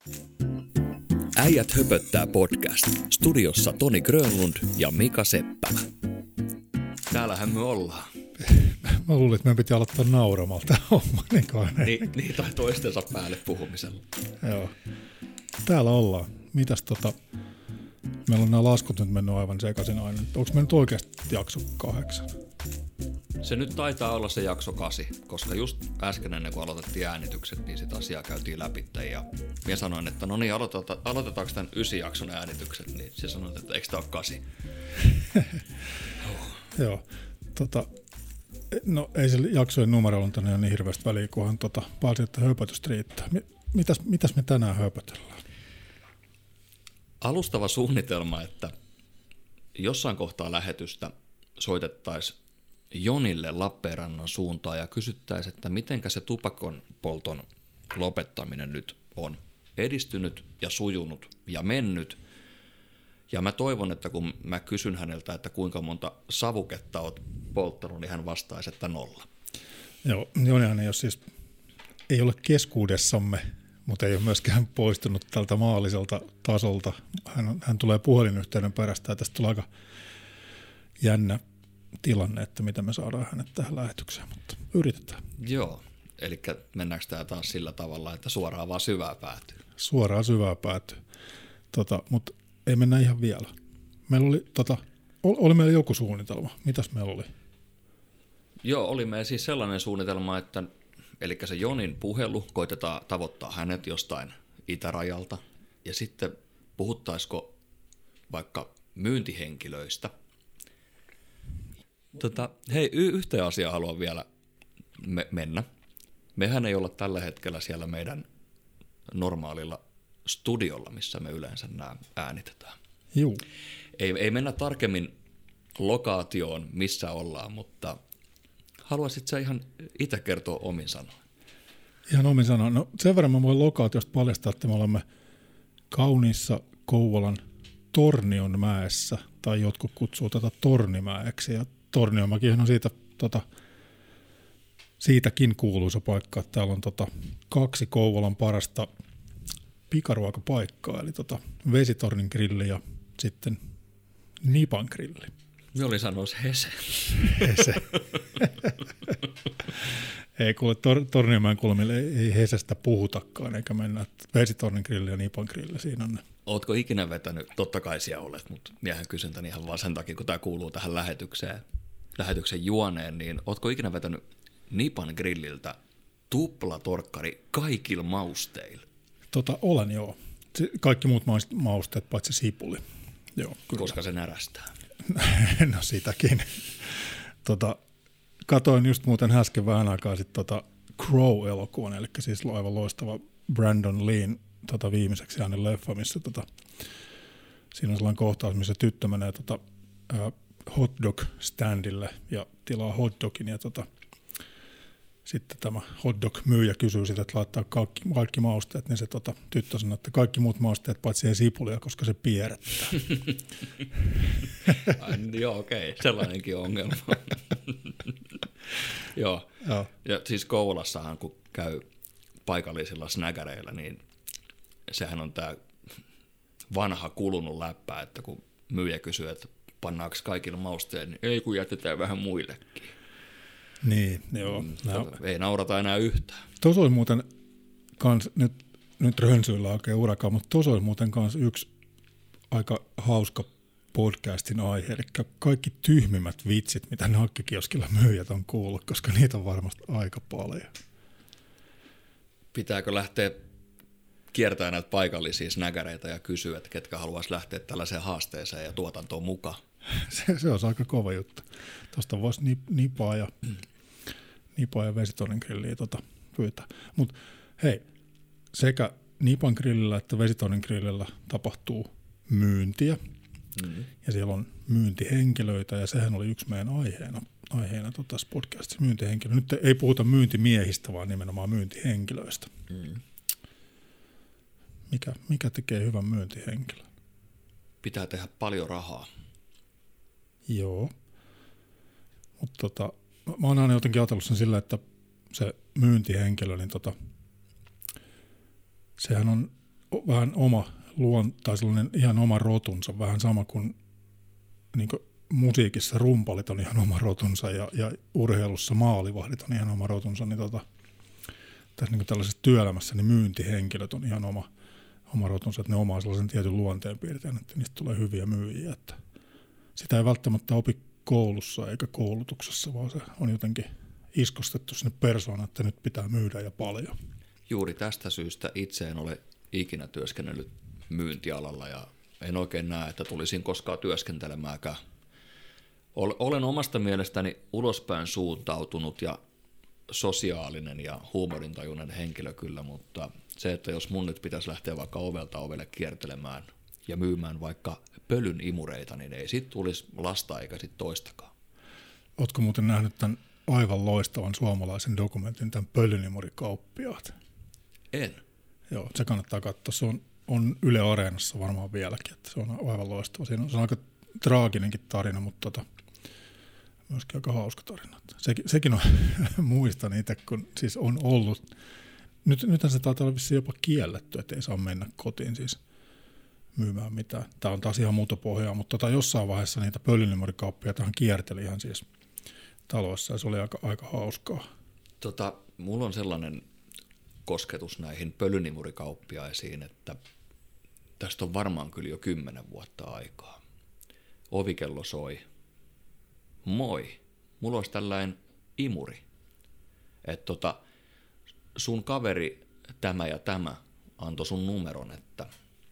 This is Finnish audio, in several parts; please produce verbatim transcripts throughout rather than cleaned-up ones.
Äijät höpöttää podcast. Studiossa Toni Grönlund ja Mika Seppälä. Täällähän me ollaan. Mä luulin, että meidän piti aloittaa nauramalta homma. Niin, niin tai toistensa päälle puhumisella. Joo. Täällä ollaan. Mitäs tota... Meillä on nämä laskut nyt mennyt aivan sekaisin aina. Onko me nyt oikeasti jakso kahdeksan? Se nyt taitaa olla se jakso kasi, koska just äsken ennen kuin aloitettiin äänitykset, niin sitä asiaa käytiin läpi. Ja minä sanoin, että no niin, aloiteta, aloitetaanko tämän ysi jakson äänitykset, niin se sanoi, että eikö tämä ole kasi? oh. Joo, tota, no ei se jaksojen numero on tänne niin hirveästi väliä, kunhan tota, pääsi, että höpötystä riittää. Mitäs, mitäs me tänään höpötellään? Alustava suunnitelma, että jossain kohtaa lähetystä soitettaisiin Jonille Lappeenrannan suuntaan ja kysyttäisiin, että mitenkä se tupakon polton lopettaminen nyt on edistynyt ja sujunut ja mennyt. Ja mä toivon, että kun mä kysyn häneltä, että kuinka monta savuketta oot polttanut, niin hän vastaisi, että nolla. Joo, Jonihan ei ole siis, ei ole keskuudessamme, mutta ei ole myöskään poistunut tältä maalliselta tasolta. Hän, hän tulee puhelinyhteyden perästä ja tästä tulee aika jännä tilanne, että miten me saadaan hänet tähän lähetykseen, mutta yritetään. Joo, eli mennäänkö tämä taas sillä tavalla, että suoraan vaan syvää päätyy? Suoraan syvää päätyy, tota, mutta ei mennä ihan vielä. Meillä oli, tota, oli meillä joku suunnitelma. Mitäs meillä oli? Joo, oli meillä siis sellainen suunnitelma, että eli se Jonin puhelu, koitetaan tavoittaa hänet jostain itärajalta, ja sitten puhuttaisiko vaikka myyntihenkilöistä. Tota, hei, y- yhteen asiaan haluan vielä me- mennä. Mehän ei olla tällä hetkellä siellä meidän normaalilla studiolla, missä me yleensä nämä äänitetään. Juu. Ei, ei mennä tarkemmin lokaatioon, missä ollaan, mutta haluaisit sä ihan itse kertoa omin sanoin? Ihan omin sanoin. No sen verran mä voin lokaatiosta paljastaa, että me olemme kauniissa Kouvolan Tornionmäessä, tai jotkut kutsuu tätä Tornimäeksi, ja Tornionmäkihän on siitä, tota, siitäkin kuuluisa paikka, että täällä on tota, kaksi Kouvolan parasta pikaruokapaikkaa, eli tota, Vesitornin grilli ja sitten Nipan grilli. Me oli sanoisi Hese. Hese. Ei kuule, tor- Tornionmäen kulmille ei, ei Hesestä puhutakaan, eikä mennä. Vesitornin grilli ja Nipan grilli, siinä on ne. Ootko ikinä vetänyt, totta kai siellä olet, mutta miehän kysyn tämän ihan vaan sen takia, kun tämä kuuluu tähän lähetykseen, lähetyksen juoneen, niin ootko ikinä vetänyt Nipan grilliltä tuplatorkkari kaikilla mausteilla? Tota, olen joo. Kaikki muut mausteet paitsi sipuli. Joo, kyllä. Koska se närästää. No sitäkin. Tota, katoin just muuten äsken vähän aikaa sitten tota Crow-elokuvan, eli siis aivan loistava Brandon Leen tota viimeiseksi hänen leffa, missä tota, siinä on sellainen kohtaus, missä tyttö menee tota, ä, hotdog-standille ja tilaa hotdogin, ja tota, sitten tämä hotdog-myyjä kysyy sitä, että laittaa kaikki, kaikki mausteet, niin se tota, tyttö sanoo, että kaikki muut mausteet paitsi ei sipulia, koska se pierrättää. Joo, okei, okay. Sellainenkin on ongelma. Joo. Joo, ja siis Kouvolassahan kun käy paikallisilla snäkäreillä, niin sehän on tämä vanha kulunut läppä, että kun myyjä kysyy, että pannaanko kaikilla mausteet, niin ei kun jätetään vähän muillekin. Niin, joo. Mm, no. Ei naurata enää yhtään. Tuossa oli muuten, kans, nyt, nyt rönsyillä oikein urakaan, mutta tuossa oli muuten kans yksi aika hauska podcastin aihe, eli kaikki tyhmimmät vitsit, mitä nakkikioskilla myyjät on kuullut, koska niitä on varmasti aika paljon. Pitääkö lähteä kiertämään näitä paikallisia snäkäreitä ja kysyä, että ketkä haluaisi lähteä tällaiseen haasteeseen ja tuotantoon mukaan? Se, se on aika kova juttu. Tuosta voisi nip, nipaa ja, mm. nipaa ja Vesitornin grilliä tota, pyytää. Mutta hei, sekä Nipan grillillä että Vesitornin grillillä tapahtuu myyntiä. Mm. Ja siellä on myyntihenkilöitä, ja sehän oli yksi meidän aiheena, aiheena tota, tässä podcastissa, myyntihenkilö. Nyt ei puhuta myyntimiehistä, vaan nimenomaan myyntihenkilöistä. Mm. Mikä, mikä tekee hyvän myyntihenkilön? Pitää tehdä paljon rahaa. Joo. Mutta tota, mä oon aina jotenkin ajatellut sen sillä, että se myyntihenkilö, niin tota, sehän on vähän oma luon, tai sellainen ihan oma rotunsa, vähän sama kuin, niin kuin musiikissa rumpalit on ihan oma rotunsa ja, ja urheilussa maalivahdit on ihan oma rotunsa, niin tota, tässä niin tällaisessa työelämässä niin myyntihenkilöt on ihan oma, oma rotunsa, että ne omaa sellaisen tietyn luonteenpiirteen, että niistä tulee hyviä myyjiä. Että sitä ei välttämättä opi koulussa eikä koulutuksessa, vaan se on jotenkin iskostettu sinne persoonaan, että nyt pitää myydä ja paljon. Juuri tästä syystä itse en ole ikinä työskennellyt myyntialalla ja en oikein näe, että tulisin koskaan työskentelemäänkään. Olen omasta mielestäni ulospäin suuntautunut ja sosiaalinen ja huumorintajuinen henkilö kyllä, mutta se, että jos mun nyt pitäisi lähteä vaikka ovelta ovelle kiertelemään ja myymään vaikka pölyn imureita, niin ei siitä tulisi lasta eikä sit toistakaan. Ootko muuten nähnyt tämän aivan loistavan suomalaisen dokumentin, tämän pölynimurikauppiaat? En. Joo, se kannattaa katsoa. Se on, on Yle Areenassa varmaan vieläkin, että se on aivan loistava. Siinä on, se on aika traaginenkin tarina, mutta tota, myöskin aika hauska tarina. Sekin, sekin on, muistan itse, kun siis on ollut, nyt, nythän se taitaa olla vissiin jopa kielletty, että ei saa mennä kotiin siis myymään mitään. Tämä on taas ihan muuta pohjaa, mutta tota, jossain vaiheessa niitä pölynimurikauppiaitahan kierteli ihan siis taloissa ja se oli aika, aika hauskaa. Tota, mulla on sellainen kosketus näihin pölynimurikauppiaisiin, että tästä on varmaan kyllä jo kymmenen vuotta aikaa. Ovikello soi. Moi, mulla olisi tällainen imuri. Että tota, sun kaveri tämä ja tämä antoi sun numeron, että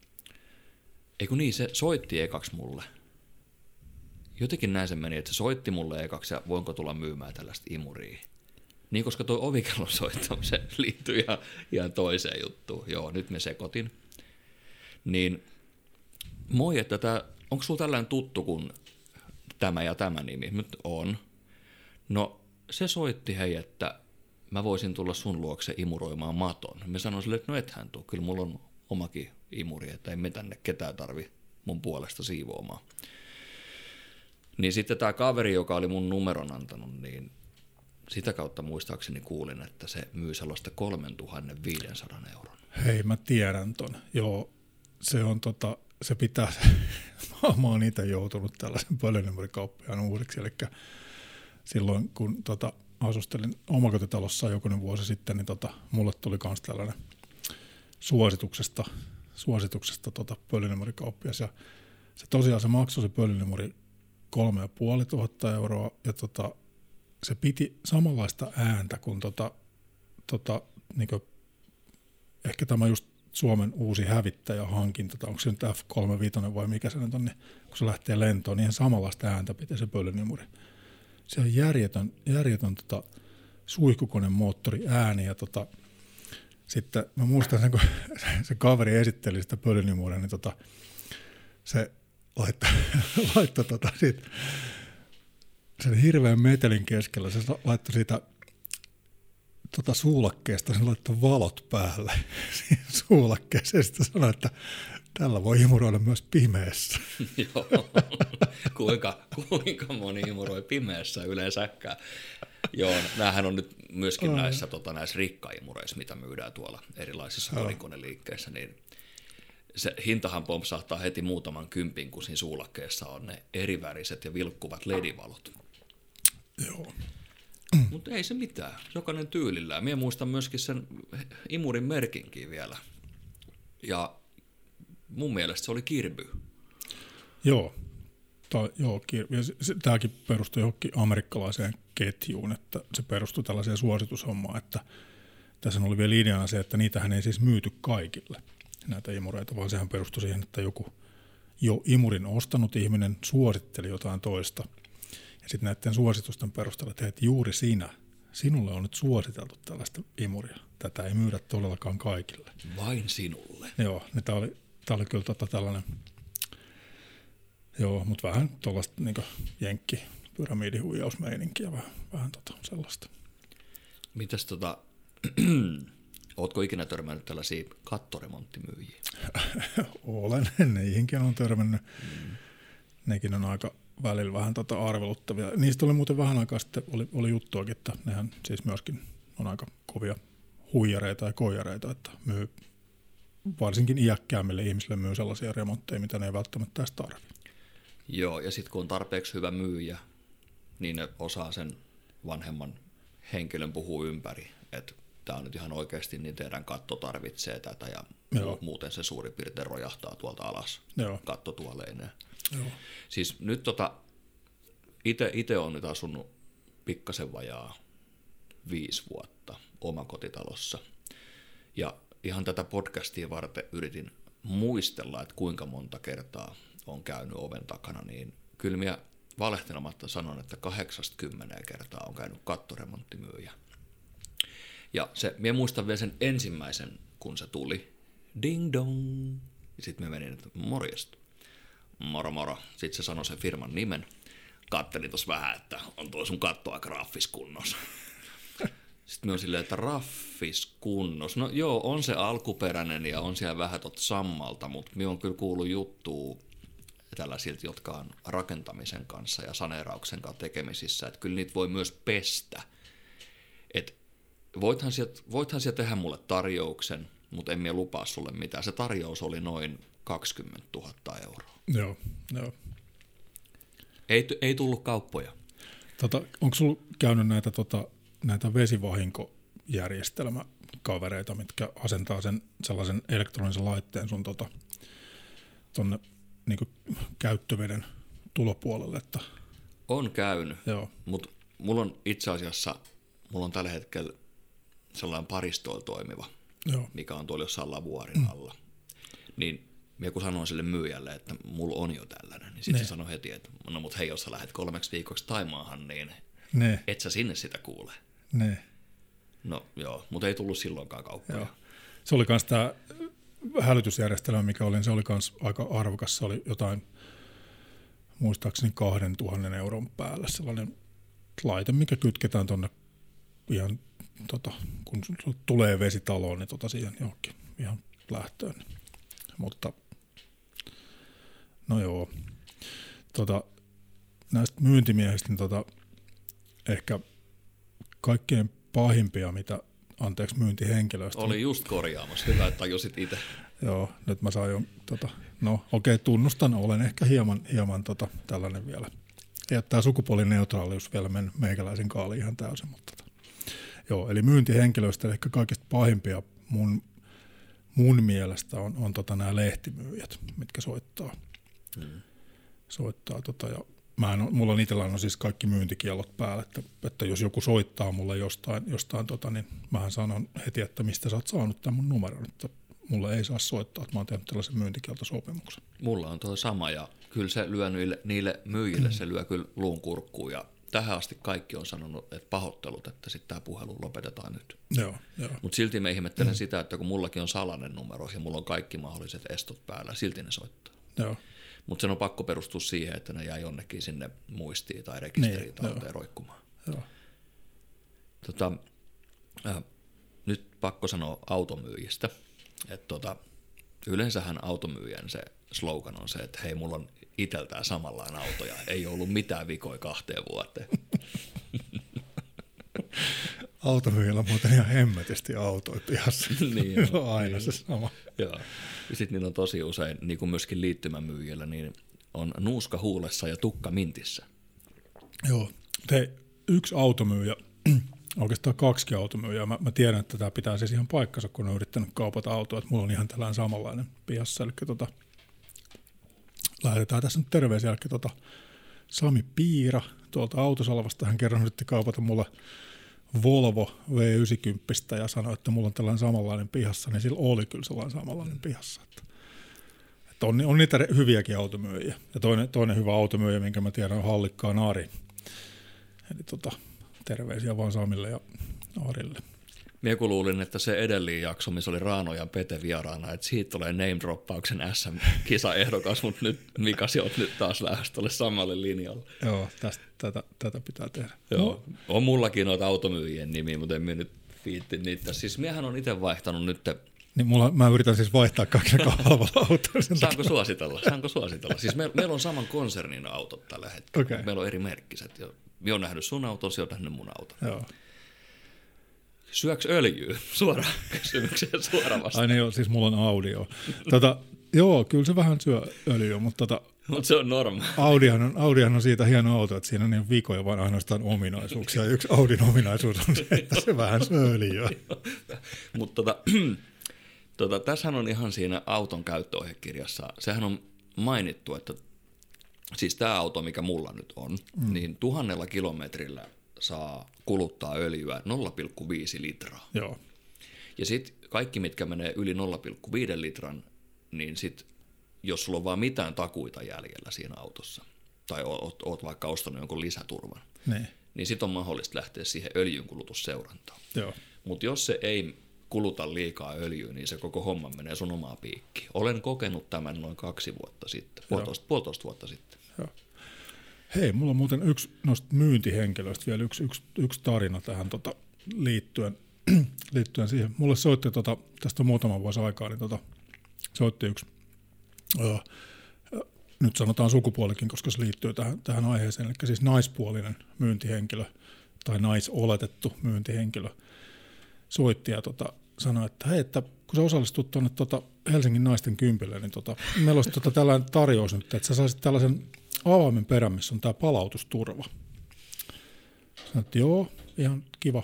eikö niin, se soitti ekaksi mulle. Jotenkin näin se meni, että se soitti mulle ekaksi ja voinko tulla myymään tällaista imuria. Niin, koska tuo ovikellon soitto, se liittyy ihan, ihan toiseen juttuun. Joo, nyt me sekoitin. Niin, moi, että tää, onko sulla tällainen tuttu kuin tämä ja tämä nimi? Nyt on. No, se soitti hei, että mä voisin tulla sun luokse imuroimaan maton. Mä sanoin sille, että no ethän tuu, kyllä mulla on omakin imuri, että ei me tänne ketään tarvi mun puolesta siivoamaan. Niin sitten tämä kaveri, joka oli mun numeron antanut, niin sitä kautta muistaakseni kuulin, että se myy sellaista kolmetuhattaviisisataa euron. Hei, mä tiedän ton. Joo, se on tota, se pitää, mä oon itse joutunut tällaisen pölynimurikauppiaan uhriksi, eli silloin kun tota, asustelin omakotitalossa jokunen vuosi sitten, niin tota, mulle tuli myös tällainen suosituksesta, suosituksesta tota, pölynimurikauppias, ja se tosiaan se maksoi se pölynimuri kolme ja puoli tuhatta euroa, ja tota, se piti samanlaista ääntä kuin tota, tota, niin kuin, ehkä tämä just Suomen uusi hävittäjähankinta, tai onko se nyt F kolmekymmentäviisi vai mikä se nyt on, niin kun se lähtee lentoon, niin ihan samanlaista ääntä piti se pölynimuri. Se on järjetön, järjetön tota, suihkukoneen moottori ääni, ja tota, sitten mä muistan sen, kun se kaveri esitteli sitä pölynimuria, niin tota, se laittoi, laittoi tota, siitä, sen hirveän metelin keskellä, se laittoi siitä tota, suulakkeesta, se laittoi valot päälle siihen suulakkeeseen, ja sitten sanoi, että tällä voi imuroida myös pimeässä. Joo, kuinka, kuinka moni imuroi pimeässä yleensäkään. Joo, näähän on nyt myöskin näissä, tota, näissä rikkaimureissa, mitä myydään tuolla erilaisissa kodinkoneliikkeissä, niin se hintahan pompsahtaa heti muutaman kympin, kun siinä suulakkeessa on ne eriväriset ja vilkkuvat ledivalot. Joo. Mutta ei se mitään, jokainen tyylillään. Minä muistan myöskin sen imurin merkinkin vielä. Ja mun mielestä se oli Kirby. Joo, Ta, joo Kirby. Ja se, se, tämäkin perustui johonkin amerikkalaiseen ketjuun, että se perustui tällaiseen suositushommaan, että tässä oli vielä ideana se, että niitähän ei siis myyty kaikille, näitä imureita, vaan sehän perustui siihen, että joku jo imurin ostanut ihminen suositteli jotain toista. Ja sitten näiden suositusten perusteella, että, hei, että juuri sinä, sinulle on nyt suositeltu tällaista imuria. Tätä ei myydä todellakaan kaikille. Vain sinulle. Joo, niin tämä oli, tämä oli kyllä tota tällainen, joo, mutta vähän tuollaista niin jenkki pyramidihuijausmeininkiä, vähän, vähän tota sellaista. Mitäs tota, ootko ikinä törmännyt tällaisia kattoremonttimyyjiä? Olen, neihinkin on törmännyt. Mm. Nekin on aika välillä vähän tota arveluttavia. Niistä oli muuten vähän aikaa sitten, oli, oli juttuakin, että nehän siis myöskin on aika kovia huijareita ja koijareita, että myy varsinkin iäkkäämmille ihmisille myy sellaisia remontteja, mitä ne ei välttämättä edes tarvitse. Joo, ja sitten kun on tarpeeksi hyvä myyjä, niin ne osaa sen vanhemman henkilön puhua ympäri, että tämä on nyt ihan oikeasti, niin teidän katto tarvitsee tätä, ja Joo. muuten se suurin piirtein rojahtaa tuolta alas Joo. kattotuoleineen. Joo. Siis nyt tota, itse olen nyt asunut pikkasen vajaa viisi vuotta omakotitalossa, ja ihan tätä podcastia varten yritin muistella, että kuinka monta kertaa on käynyt oven takana, niin kyllä minä valehtelematta sanon, että kahdeksankymmentä kertaa on käynyt kattoremonttimyyjä. Ja se, minä muistan vielä sen ensimmäisen, kun se tuli, ding dong, ja sitten me menin, että morjesta, moro moro, sitten se sanoi sen firman nimen, kattelin tuossa vähän, että on tuo sun katto aika raffiskunnossa. Sitten me on silleen, että raffiskunnossa, no joo, on se alkuperäinen ja on siellä vähän tot sammalta, mutta minä on kyllä kuullut juttua tällaisilta, jotka on rakentamisen kanssa ja saneerauksen kanssa tekemisissä, että kyllä niitä voi myös pestä. Että voithan sieltä, voithan sieltä tehdä mulle tarjouksen, mutta en minä lupaa sulle mitään. Se tarjous oli noin kaksikymmentätuhatta euroa. Joo, joo. Ei, ei tullut kauppoja. Tota, onko sulla käynyt näitä, tota, näitä vesivahinkojärjestelmäkavereita, mitkä asentaa sen sellaisen elektronisen laitteen sun tota, tonne niin kuin käyttöveden tulopuolelle? Että... On käynyt, mutta mulla on itse asiassa, mulla on tällä hetkellä sellainen paristoilla toimiva, Joo. mikä on tuolla jossain lavuaarin alla. Mm. Niin minä kun sanoin sille myyjälle, että mulla on jo tällainen, niin sitten se sanoi heti, että no mut hei, jos sä lähdet kolmeksi viikoksi Taimaahan, niin ne. et sä sinne sitä kuule. Ne. No joo, mutta ei tullut silloinkaan kauppoja. Joo. Se oli myös tämä hälytysjärjestelmä, mikä oli, se oli myös aika arvokas. Se oli jotain, muistaakseni kahden tuhannen euron päällä sellainen laite, mikä kytketään tuonne ihan, tota, kun tulee vesitaloon, niin tota siihen johonkin ihan lähtöön. Mutta no joo, tota, näistä myyntimiehistä niin tota, ehkä kaikkein pahimpia, mitä, anteeksi myyntihenkilöistä. Oli just korjaamassa, hyvä, että tajusit itse. Joo, nyt mä saan jo, tota, no okei, okay, tunnustan, olen ehkä hieman, hieman tota, tällainen vielä. Ja tämä sukupuolineutraalius vielä men meikäläisen kaali ihan täysin, mutta tota. Joo, eli myyntihenkilöistä ehkä kaikista pahimpia mun, mun mielestä on, on tota nämä lehtimyyjät, mitkä soittaa. Hmm. Soittaa tota, ja mä en, mulla on itsellään on siis kaikki myyntikiellot päällä, että, että jos joku soittaa mulle jostain, jostain tota, niin mähän sanon heti, että mistä sä oot saanut tämän mun numeron, että mulle ei saa soittaa, että mä oon tehnyt tällaisen myyntikieltosopimuksen. Mulla on tuo sama ja kyllä se lyö niille, niille myyjille, mm. se lyö kyllä luun kurkkuun ja tähän asti kaikki on sanonut, että pahoittelut, että sitten tämä puhelu lopetetaan nyt. Joo, joo. Mutta silti me ihmettelen mm. sitä, että kun mullakin on salainen numero ja mulla on kaikki mahdolliset estot päällä, silti ne soittaa. Joo. Mutta sen on pakko perustua siihen, että ne jää jonnekin sinne muistiin tai rekisteriin tai niin, roikkumaan. Joo. Tota, äh, nyt pakko sanoa automyyjistä. Että tota, yleensähän automyyjän se slogan on se, että hei, mulla on iteltään samanlainen auto ja ei ollut mitään vikoja kahteen vuoteen. Automyyjällä on muuten ihan hemmetisti autoja pihassa. Niin on, aina niin. Se sama. Joo. Ja sitten niillä on tosi usein, niin kuin myöskin liittymämyyjillä, niin on nuuska huulessa ja tukka mintissä. Joo. Hei, yksi automyyjä, oikeastaan kaksi automyyjää. Mä, mä tiedän, että tämä pitää siis ihan paikkansa, kun on yrittänyt kaupata autoa, että mulla on ihan tällainen samanlainen pihassa. Eli tota, lähetetään tässä nyt terveisiä. Eli tota, Sami Piira tuolta Autosalvasta, hän kerran yritti kaupata mulle Volvo V yhdeksänkymmentä ja sanoi, että mulla on tällainen samanlainen pihassa, niin sillä oli kyllä sellainen samanlainen pihassa. Että, että on, on niitä hyviäkin automyyjiä. Ja toinen, toinen hyvä automyyjä, minkä mä tiedän, on Hallikkaan Ari. Eli tota, terveisiä vaan Samille ja Arille. Mie kun luulin, että se edellinen jakso, missä oli Raano ja Pete vieraana, että siitä tulee name-droppauksen S M-kisaehdokas, mutta nyt Mika, sä oot nyt taas lähes tuolle samalle linjalle. Joo, tästä, tätä, tätä pitää tehdä. Joo, no. On mullakin noita automyyjien nimiä, mutta en minä nyt viitti niitä. Siis miehän on itse vaihtanut nyt. Niin mulla, mä yritän siis vaihtaa kaksi halvalla autoa. Saanko suositella? Saanko suositella? Siis me, meillä on saman konsernin autot tällä hetkellä. Okay. Meillä on eri merkkiset. Minä olen nähnyt sun auton, sinä olet nähnyt mun auton. Joo. syöks öljyä? Suoraan kysymykseen, suora vastaus. Ai niin joo, siis mulla on audio. Tota, joo, kyllä se vähän syö öljyä, mutta tota, Mut se on normaali. Audihan on, Audihan on siitä hieno auto, että siinä on niin vikoja, vaan ainoastaan ominaisuuksia. Yksi Audin ominaisuus on se, että se vähän syö öljyä. Mutta tota, tota, tässähän on ihan siinä auton käyttöohjekirjassa, sehän on mainittu, että siis tämä auto, mikä mulla nyt on, mm. niin tuhannella kilometrillä saa kuluttaa öljyä nolla pilkku viisi litraa. Joo. Ja sitten kaikki, mitkä menee yli nolla pilkku viisi litran, niin sitten jos sulla on vaan mitään takuita jäljellä siinä autossa, tai oot, oot vaikka ostanut jonkun lisäturvan, niin, niin sitten on mahdollista lähteä siihen öljynkulutusseurantaan. Mutta jos se ei kuluta liikaa öljyä, niin se koko homma menee sun omaa piikkiin. Olen kokenut tämän noin kaksi vuotta sitten, puolitoista, puolitoista vuotta sitten. Joo. Hei, mulla on muuten yksi noista myyntihenkilöistä vielä yksi, yksi, yksi tarina tähän tota, liittyen, liittyen siihen. Mulle soitti, tota, tästä on muutama vuosi aikaa, niin tota, soitti yksi, ö, nyt sanotaan sukupuolikin, koska se liittyy tähän, tähän aiheeseen, eli siis naispuolinen myyntihenkilö tai naisoletettu myyntihenkilö soitti ja tota, sanoi, että hei, että kun sä osallistut tuonne tota Helsingin naisten kympille, niin tota, meillä olisi tota tällainen tarjous nyt, että sä saisit tällaisen avaimen perän, missä on tämä palautusturva. Sanoin, että joo, ihan kiva,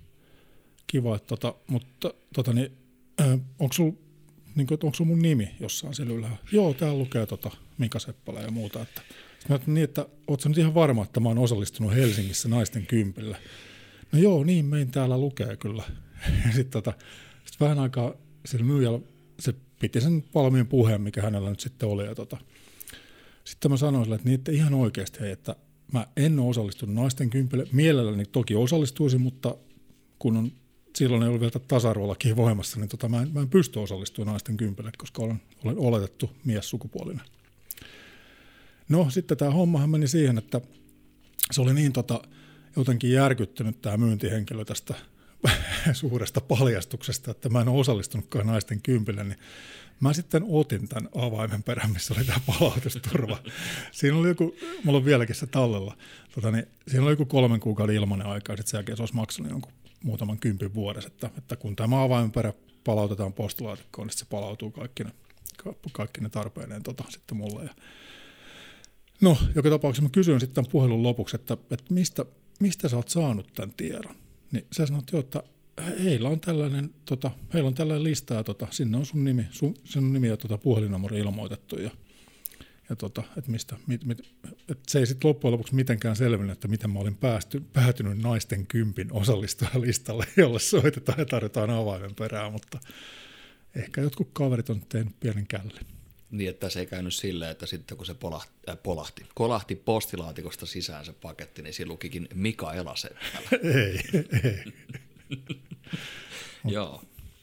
kiva että tota, mutta tota, niin, äh, onko sulla niin sul mun nimi jossain siellä ylhäällä? Joo, täällä lukee tota Mika Seppälä ja muuta. Että, mä niin, että oot sä nyt ihan varma, että mä oon osallistunut Helsingissä naisten kympillä? No joo, niin mein täällä lukee kyllä. Sitten tota, sit vähän aikaa sillä myyjällä, se piti sen valmiin puheen, mikä hänellä nyt sitten oli. Ja tota, sitten mä sanoin sille, että, niin, että ihan oikeasti, hei, että mä en ole osallistunut naisten kympille. Mielelläni toki osallistuisin, mutta kun on, silloin ei ollut vielä tasa-arvolakia voimassa, niin tota, mä, en, mä en pysty osallistumaan naisten kympille, koska olen, olen oletettu miessukupuolinen. No sitten tämä hommahan meni siihen, että se oli niin tota, jotenkin järkyttynyt tämä myyntihenkilö tästä suuresta paljastuksesta, että mä en ole osallistunutkaan naisten kympille, niin mä sitten otin tämän avaimen perään, missä oli tämä palautusturva. Siinä oli joku, mulla on vieläkin se tallella, tota, niin siinä oli joku kolmen kuukauden ilmainen aika, ja sitten sen jälkeen se olisi maksanut jonkun muutaman kympin vuodessa, että, että kun tämä avaimen perä palautetaan postilaatikkoon, niin se palautuu kaikki ne, kaikki ne tarpeineen tota, sitten mulle. Ja no, joka tapauksessa mä kysyin sitten puhelun lopuksi, että, että mistä, mistä sä oot saanut tämän tiedon? Niin sä sanoit jo, että heillä on tällainen, tota, heillä on tällainen lista ja tota, sinne on sun nimi, sun, sun nimi ja tota, puhelinnumero ilmoitettu ja, ja tota, että mistä, mit, mit, et se ei sitten loppujen lopuksi mitenkään selvinnyt, että miten mä olin päästy, päätynyt naisten kympin osallistujalistalle, jolle soitetaan ja tarjotaan avaimen perään, mutta ehkä jotkut kaverit on tehnyt pienen källen. Niin, että se ei käynyt silleen, että sitten kun se polahti, äh, polahti, kolahti postilaatikosta sisään se paketti, niin siinä lukikin Mika Elaseppälä. ei, ei. Joo.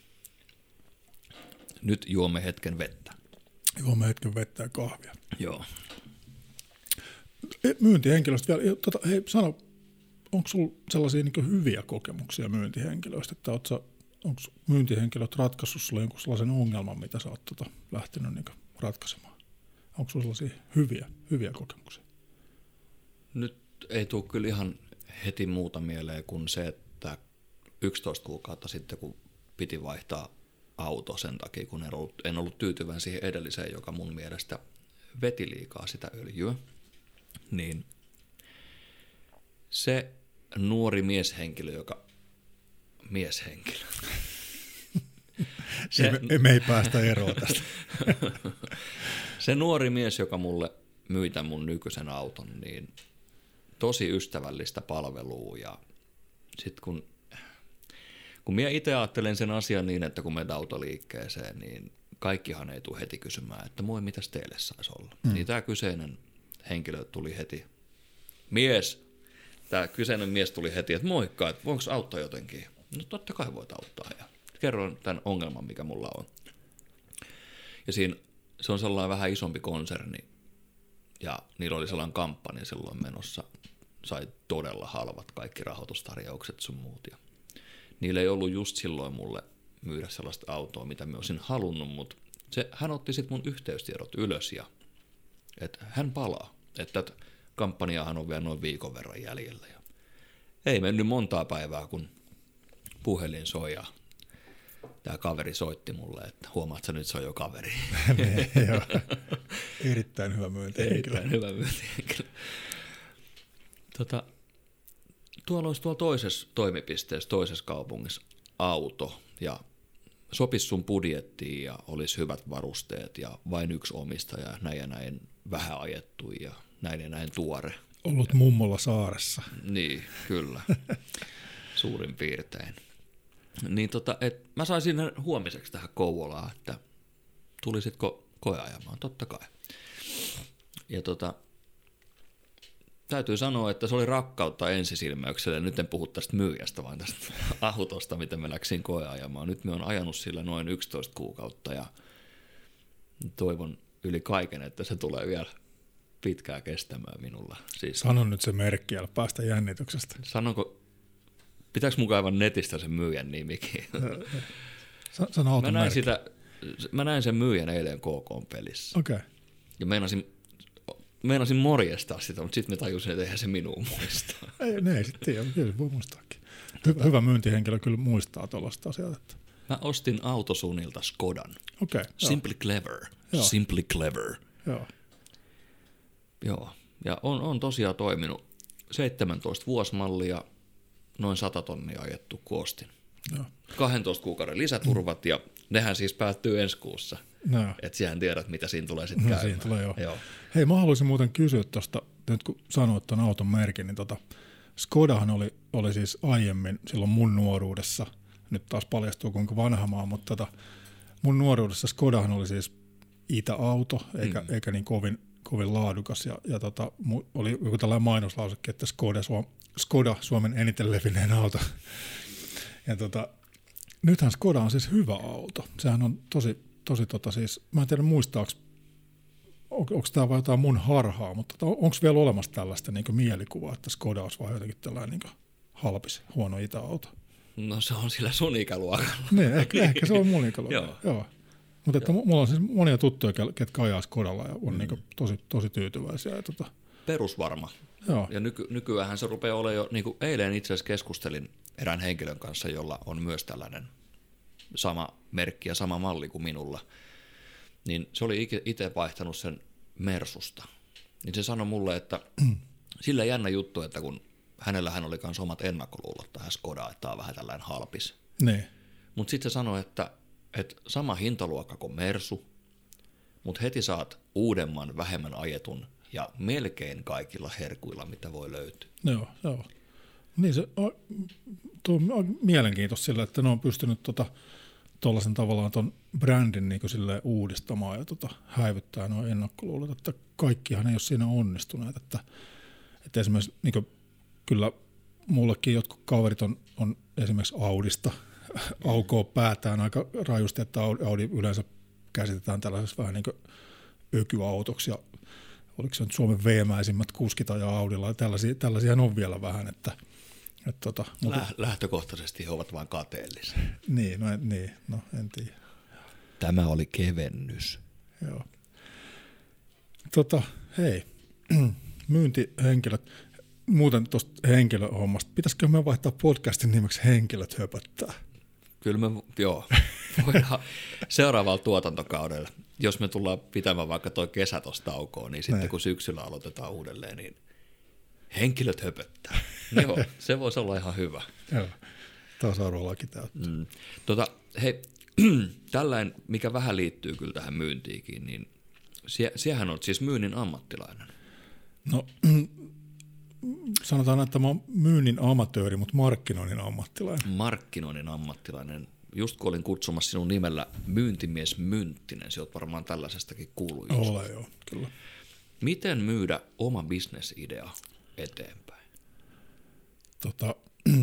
Nyt juomme hetken vettä. Juomme hetken vettä ja kahvia. Joo. Myyntihenkilöstä vielä, tota, hei sano, onko sulla sellaisia niin hyviä kokemuksia myyntihenkilöistä, että oot sä, onko myyntihenkilöt ratkaissut sulle jonkun sellaisen ongelman, mitä sä oot tota, lähtenyt niin ratkaisemaan? Onko sinulla sellaisia hyviä, hyviä kokemuksia? Nyt ei tule kyllä ihan heti muuta mieleen kuin se, että yksitoista kuukautta sitten, kun piti vaihtaa auto sen takia, kun en ollut, en ollut tyytyväinen siihen edelliseen, joka mun mielestä veti liikaa sitä öljyä, niin se nuori mieshenkilö, joka mieshenkilö. Se, me, me ei päästä eroon tästä. Se nuori mies, joka mulle myi tämän mun nykyisen auton, niin tosi ystävällistä palvelua. Ja sitten kun, kun minä itse ajattelen sen asian niin, että kun menet autoliikkeeseen, niin kaikkihan ei tule heti kysymään, että moi, mitäs teille saisi olla. Mm. Niin tämä kyseinen henkilö tuli heti, mies, tämä kyseinen mies tuli heti, että moikka, että voinko auttaa jotenkin? No totta kai voit auttaa ja kerroin tämän ongelman, mikä mulla on. Ja siinä se on sellainen vähän isompi konserni ja niillä oli sellainen kampanja silloin menossa, sai todella halvat kaikki rahoitustarjoukset sun muut. Ja niillä ei ollut just silloin mulle myydä sellaista autoa, mitä mä olisin halunnut, mutta se, hän otti sitten mun yhteystiedot ylös ja että hän palaa. Että kampanjaahan on vielä noin viikon verran jäljellä. Ja ei mennyt montaa päivää, kun puhelin soi ja tämä kaveri soitti mulle, että huomaat sä nyt se on jo kaveri. Ne, joo. Erittäin hyvä myyntihenkilö. Erittäin hyvä myyntihenkilö. Tota, tuolla olisi tuolla toisessa toimipisteessä, toisessa kaupungissa auto ja sopisi sun budjettiin ja olisi hyvät varusteet ja vain yksi omistaja, näin ja näin vähän ajettu ja näin ja näin tuore. Ollut mummolla saaressa. Niin, kyllä. Suurin piirtein. Niin tota, et mä sain sinne huomiseksi tähän Kouvolaan, että tulisitko koeajamaan? Totta kai. Ja tota, täytyy sanoa, että se oli rakkautta ensisilmäykselle. Nyt en puhu tästä myyjästä, vaan tästä autosta, miten mä läksin koeajamaan. Nyt mä oon ajanut sillä noin yksitoista kuukautta ja toivon yli kaiken, että se tulee vielä pitkään kestämään minulla. Siis, Sano nyt se merkki, älä päästä jännityksestä. sanonko, pitääkö mun kaivan netistä sen myyjän nimikin? Sano auton Mä näin, merkki. sitä, mä näin sen myyjän eilen K K-pelissä. Okei. Okay. Ja meinasin, meinasin morjestaa sitä, mutta sitten mä tajusin, että eihän se minua muista. Ei, ne ei sitten tiedä, kyllä voi muistaakin. Hyvä, hyvä myyntihenkilö kyllä muistaa tuollaista asiaa. Että... Mä ostin Autosuunilta Skodan. Okei. Okay, Simply clever. Joo. Simply clever. joo. Joo. Ja on, on tosiaan toiminut seitsemäntoista vuosimallia, noin sata tonnia ajettu, kun ostin. Joo. kahdentoista kuukauden lisäturvat ja nehän siis päättyy ensi kuussa. No. Että siihen tiedät, mitä siinä tulee sitten No, käymään. siinä tulee joo. joo. Hei, mä haluaisin muuten kysyä tuosta, nyt kun sanoit tuon auton merkin, niin tota, Skodahan oli, oli siis aiemmin silloin mun nuoruudessa, nyt taas paljastuu kuinka vanha mä oon, mutta tota, mun nuoruudessa Skodahan oli siis itäauto, eikä, mm. eikä niin kovin, kovin laadukas, ja, ja tota, mu, oli joku tällainen mainoslausekin, että Skoda, Suom, Skoda Suomen eniten levinneen auto. Ja tota, nythän Skoda on siis hyvä auto, sehän on tosi, tosi tota siis, mä en tiedä muistaaks, on, onko tämä vai jotain mun harhaa, mutta onko vielä olemassa tällaista niin mielikuvaa, että Skoda olisi vaan jotenkin tällainen niin halpis, huono itäauto? No se on sillä sun ikäluokalla. Niin, ehkä, ehkä se on mun ikäluokalla. Joo. Joo. Mutta että mulla on siis monia tuttuja, ketkä ajaa Skodalla ja on mm. niin tosi, tosi tyytyväisiä. Ja tota, Perusvarma. joo. Ja nyky, nykyäänhän se rupeaa olemaan jo, niin kuin eilen itse asiassa keskustelin erään henkilön kanssa, jolla on myös tällainen sama merkki ja sama malli kuin minulla, niin se oli itse vaihtanut sen Mersusta. Niin se sanoi mulle, että sillä jännä juttu, että kun hänellähän oli myös omat ennakkoluulot tähän Skodaan, että tämä on vähän tällainen halpis. Niin. Mutta sitten se sanoi, että, että sama hintaluokka kuin Mersu, mutta heti saat uudemman, vähemmän ajetun ja melkein kaikilla herkuilla, mitä voi löytyä. Joo, joo. Niin se on, tuo on mielenkiintoista sillä, että ne on pystynyt tota, tuollaisen tavallaan tuon brändin niin kuin uudistamaan ja tota, häivyttää nuo ennakkoluulot, että kaikkihan ei ole siinä onnistuneet. Että, että esimerkiksi niin kuin, kyllä mullekin jotkut kaverit on, on esimerkiksi Audista aukoo päätään aika rajusti, että Audi yleensä käsitetään tällaisessa vähän niin kuin ökyautoksi ja oliko se nyt Suomen veemäisimmät kuskit ajaa Audilla ja tällaisia, tällaisia on vielä vähän, että Et tota, mutta... Lähtökohtaisesti he ovat vain kateellisia. Niin, no, en, niin, no en tiedä. Tämä oli kevennys. Joo. Tota, hei, myyntihenkilöt, muuten tuosta henkilöhommasta, pitäisikö me vaihtaa podcastin nimeksi Henkilöt höpöttää? Kyllä me, joo, voidaan seuraavalla tuotantokaudella, jos me tullaan pitämään vaikka toi kesä tuosta taukoon, niin sitten ne. Kun syksyllä aloitetaan uudelleen, niin Henkilöt höpöttää. Joo, se voisi olla ihan hyvä. Joo, tasa-arvolaki täyttää. Mm. Tota, hei, tällainen, mikä vähän liittyy kyllä tähän myyntiinkin, niin sie, siehän on siis myynnin ammattilainen. No, sanotaan, että mä oon myynnin amatööri, mutta markkinoinnin ammattilainen. Markkinoinnin ammattilainen. Just kun olin kutsumassa sinun nimellä myyntimies Mynttinen, sä oot varmaan tällaisestakin kuullut. Ole joo, kyllä. Miten myydä oma bisnesidea eteenpäin? Tota,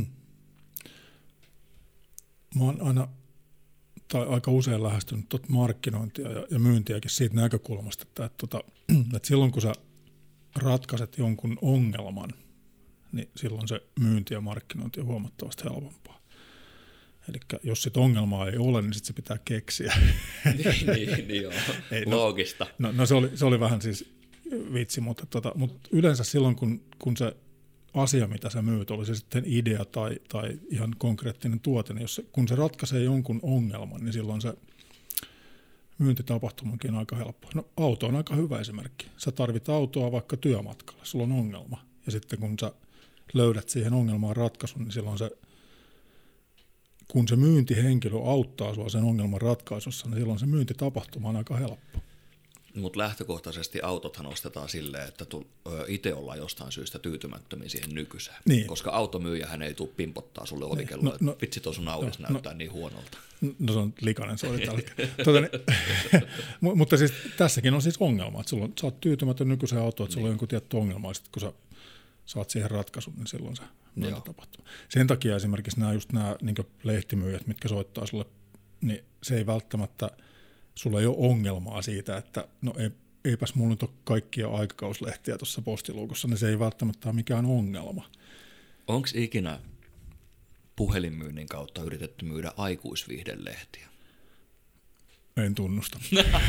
mä oon aina, tai aika usein lähestynyt tuota markkinointia ja, ja myyntiäkin siitä näkökulmasta, että, että, että, että silloin kun sä ratkaiset jonkun ongelman, niin silloin se myynti ja markkinointi on huomattavasti helpompaa. Eli jos sit ongelmaa ei ole, niin sit se pitää keksiä. niin, niin, niin joo. Ei, no, loogista. No, no se, oli, se oli vähän siis vitsi, mutta, tota, mutta yleensä silloin, kun, kun se asia, mitä sä myyt, oli se sitten idea tai, tai ihan konkreettinen tuote, niin jos se, kun se ratkaisee jonkun ongelman, niin silloin se myyntitapahtumakin on aika helppo. No auto on aika hyvä esimerkki. Sä tarvit autoa vaikka työmatkalle, sulla on ongelma. Ja sitten kun sä löydät siihen ongelmaan ratkaisun, niin silloin se, kun se myyntihenkilö auttaa sua sen ongelman ratkaisussa, niin silloin se myyntitapahtuma on aika helppo. Mutta lähtökohtaisesti autothan ostetaan silleen, että itse ollaan jostain syystä tyytymättömiä siihen nykyiseen. Niin. Koska automyyjähän ei tule pimpottaa sulle ovikelloa, no, no, että vitsi tuo sun autos no, näyttää no, niin huonolta. No se on likainen, se oli tällä tuota, niin, mutta siis tässäkin on siis ongelma, että sulla on, sä oot tyytymätön nykyiseen autoon, että sulla niin. on jonkun tietty ongelma, ja sitten kun sä saat siihen ratkaisun, niin silloin se tapahtuu. Sen takia esimerkiksi nämä, just nämä niin lehtimyyjät, mitkä soittaa sulle, niin se ei välttämättä, sulla ei ole ongelmaa siitä, että no ei, eipäs mulla nyt ole kaikkia aikakauslehtiä tuossa postiluukussa, niin se ei välttämättä ole mikään ongelma. Onko ikinä puhelinmyynnin kautta yritetty myydä aikuisviihdelehtiä? En tunnusta.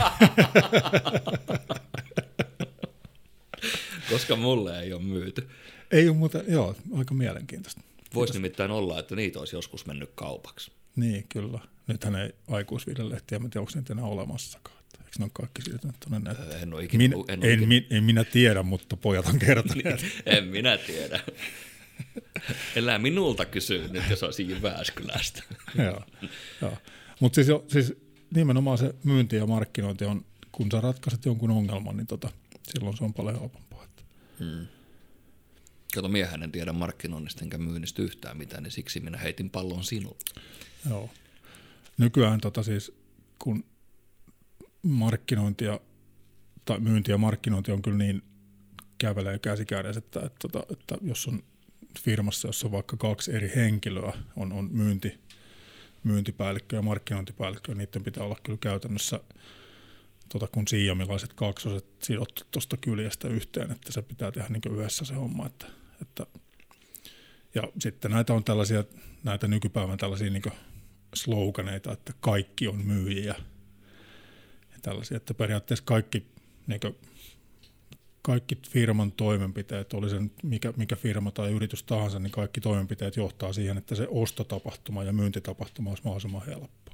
Koska mulle ei ole myyty. Ei ole muuta, joo, aika mielenkiintoista. Voisi nimittäin olla, että niitä olisi joskus mennyt kaupaksi. Niin, kyllä. Nythän ei aikuisviihdelehtiä, en tiedä, onko niitä enää olemassakaan. Eikö ne ole kaikki siirtynyt tuonne nettiin? En ole ikinä. Min, en, en, ikinä. en minä tiedä, mutta pojat on kertoneet. En minä tiedä. Elää minulta kysyä nyt, jos on siinä Jyväskylästä. Joo, joo. Mutta siis, siis nimenomaan se myynti ja markkinointi on, kun sä ratkaiset jonkun ongelman, niin tota, silloin se on paljon helpompaa. Hmm. Kato, miehän en tiedä markkinoinnista enkä myynnistä yhtään mitään, niin siksi minä heitin pallon sinulle. Joo. Nykyään tota siis, kun markkinointia tai myynti ja markkinointi on kyllä niin kävelee käsikädessä, että, että, että, että jos on firmassa, jossa on vaikka kaksi eri henkilöä, on, on myynti, myyntipäällikkö ja markkinointipäällikkö, niiden pitää olla kyllä käytännössä tota, kun siamilaiset kaksoset sidottu tuosta kyljestä yhteen, että se pitää tehdä niin kuin yhdessä se homma. Että, että, ja sitten näitä on tällaisia, näitä nykypäivän tällaisia niin kuin sloganeita, että kaikki on myyjiä. Ja tällaisia, että periaatteessa kaikki, niin kuin, kaikki firman toimenpiteet, oli se mikä, mikä firma tai yritys tahansa, niin kaikki toimenpiteet johtaa siihen, että se ostotapahtuma ja myyntitapahtuma olisi mahdollisimman helppo.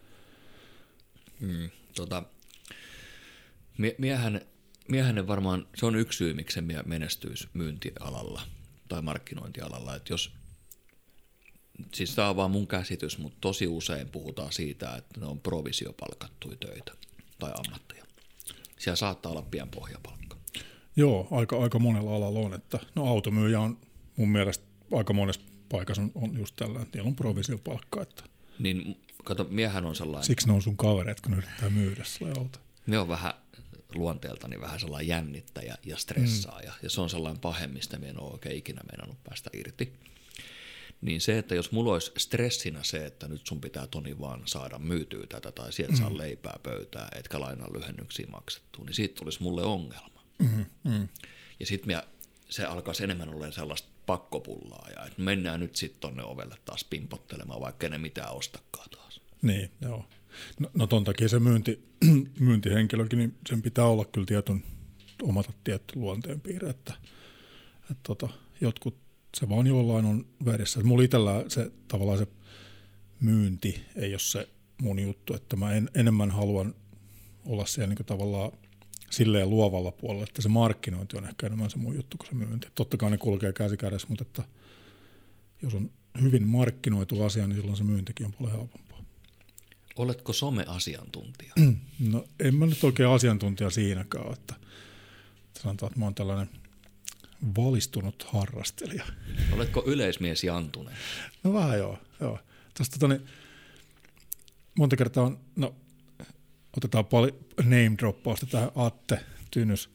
Hmm, tota, mie- miehän, miehän varmaan, se on yksi syy, miksi se menestyisi myyntialalla tai markkinointialalla, että jos, siis tämä on vaan mun käsitys, mutta tosi usein puhutaan siitä, että ne on provisiopalkattuja töitä tai ammatteja. Siellä saattaa olla pian pohjapalkka. Joo, aika, aika monella alalla on, että no automyyjä on mun mielestä aika monessa paikassa on, on just tällä, että niillä on provisiopalkka. Että niin kato, miehän on sellainen. Siksi ne on sun kavereet, kun ne yrittää myydä sille auto. Ne on vähän luonteeltani vähän sellainen jännittäjä ja stressaaja, mm. ja se on sellainen pahe, mistä minä en ole oikein ikinä meinannut päästä irti. Niin se, että jos mulla olisi stressinä se, että nyt sun pitää Toni vaan saada myytyä tätä tai sieltä mm. saa leipää pöytää, etkä lainaa lyhennyksiä maksettua, niin siitä tulisi mulle ongelma. Mm, mm. Ja sitten se alkaisi enemmän olemaan sellaista pakkopullaa, ja että mennään nyt sitten tonne ovelle taas pimpottelemaan, vaikka ne mitään ostakaan taas. Niin, joo. No, no ton takia se myynti, myyntihenkilökin, niin sen pitää olla kyllä tietyn, omata tietty luonteenpiirre, että, että tota, jotkut, se vaan jollain on verissä. Mulla itsellä se tavallaan se myynti ei ole se mun juttu, että mä en, enemmän haluan olla siellä niin tavallaan silleen luovalla puolella, että se markkinointi on ehkä enemmän se mun juttu kuin se myynti. Totta kai ne kulkee käsi kädessä, mutta että jos on hyvin markkinoitu asia, niin silloin se myyntikin on paljon helpompaa. Oletko some-asiantuntija? No en mä nyt oikein asiantuntija siinäkään, että sanotaan, että mä oon tällainen valistunut harrastelija. Oletko yleismies Jantunen? No vähän joo, joo. Tuosta tota, niin, monta kertaa on, no otetaan paljon name-droppausta tähän Atte Tynys.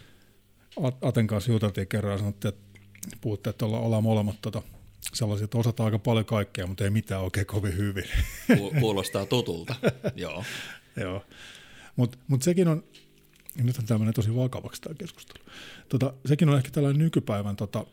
Aten kanssa juteltiin kerran ja sanottiin, että puhutte, että ollaan, ollaan molemmat tota, sellaisia, että osataan aika paljon kaikkea, mutta ei mitään oikein kovin hyvin. Kuulostaa tutulta, joo. Joo, mutta mut sekin on, nythän tämä menee tosi vakavaksi tämä keskustelu, tota, sekin on ehkä tällainen nykypäivän, tota,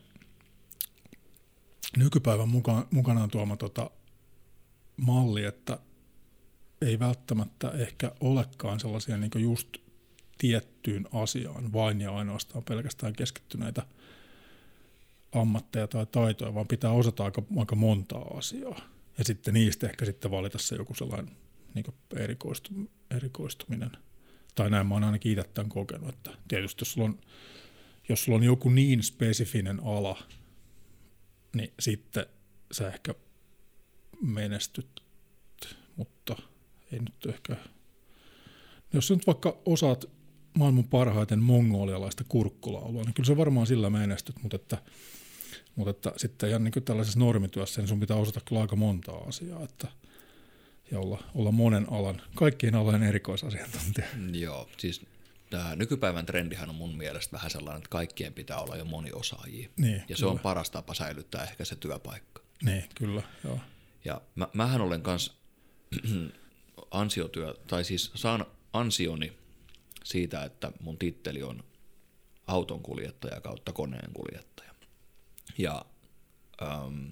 nykypäivän mukaan, mukanaan tuoma tota, malli, että ei välttämättä ehkä olekaan sellaisia niin kuin just tiettyyn asiaan vain ja ainoastaan pelkästään keskittyneitä ammatteja tai taitoja, vaan pitää osata aika, aika montaa asiaa. Ja sitten niistä ehkä sitten valita se joku sellainen niin kuin erikoistu, erikoistuminen. Tai näin mä oon ainakin itse tämän kokenut, että tietysti jos sulla on, jos sulla on joku niin spesifinen ala, niin sitten sä ehkä menestyt, mutta ei nyt ehkä. Jos sä nyt vaikka osaat maailman parhaiten mongolialaista kurkkulaulua, niin kyllä se varmaan sillä menestyt, mutta, että, mutta että sitten ihan niin kuin tällaisessa normityössä niin sun pitää osata kyllä aika montaa asiaa, että, ja olla, olla monen alan, kaikkien alojen erikoisasiantuntija. Joo, siis tämä nykypäivän trendihän on mun mielestä vähän sellainen, että kaikkien pitää olla jo moniosaajia, Niin, ja kyllä. se on paras tapa säilyttää ehkä se työpaikka. Niin, kyllä, joo. Ja mä, mähän olen kans ansiotyö, tai siis saan ansioni siitä, että mun titteli on autonkuljettaja kautta koneenkuljettaja. Ja ähm,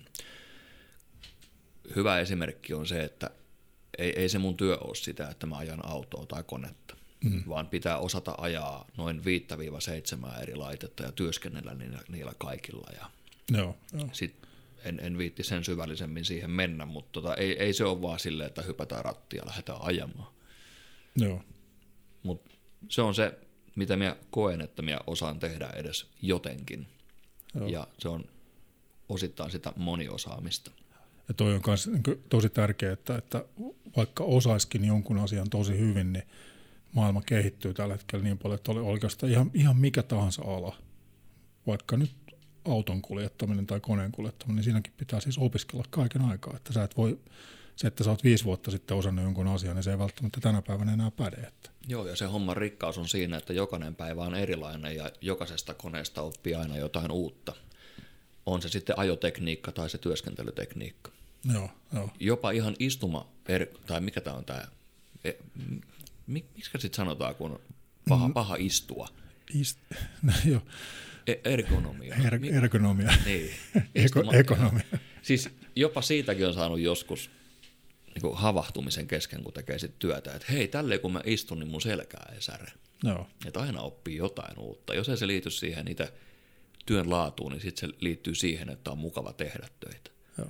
hyvä esimerkki on se, että ei, ei se mun työ ole sitä, että mä ajan autoa tai konetta, mm. vaan pitää osata ajaa noin viittä seitsemää eri laitetta ja työskennellä niillä, niillä kaikilla. Ja Joo, joo. sit en, en viitti sen syvällisemmin siihen mennä, mutta tota, ei, ei se ole vaan silleen, että hypätään rattia ja lähdetään ajamaan. Joo. Mutta se on se, mitä minä koen, että minä osaan tehdä edes jotenkin. Joo. Ja se on osittain sitä moniosaamista. Ja toi on myös tosi tärkeää, että, että vaikka osaiskin jonkun asian tosi hyvin, niin maailma kehittyy tällä hetkellä niin paljon, että oli oikeastaan ihan, ihan mikä tahansa ala. Vaikka nyt auton kuljettaminen tai koneen kuljettaminen, niin siinäkin pitää siis opiskella kaiken aikaa. Että sä et voi, se, että sä oot viisi vuotta sitten osannut jonkun asian, niin se ei välttämättä tänä päivänä enää päde. Että. Joo, ja se homman rikkaus on siinä, että jokainen päivä on erilainen ja jokaisesta koneesta oppii aina jotain uutta. On se sitten ajotekniikka tai se työskentelytekniikka. Joo, joo. Jopa ihan istuma, er, tai mikä tämä on tämä, e, mik, miksi sitten sanotaan, kun paha, paha istua? Ist, no, joo. E, ergonomia. Er, ergonomia. Niin. Eko, ekonomia. Siis jopa siitäkin on saanut joskus niin kuin havahtumisen kesken, kun tekee sit työtä, että hei, tälleen kun mä istun, niin mun selkää ei säre. Joo. Että aina oppii jotain uutta. Jos ei se liity siihen itse työn laatuun, niin sitten se liittyy siihen, että on mukava tehdä töitä. Joo.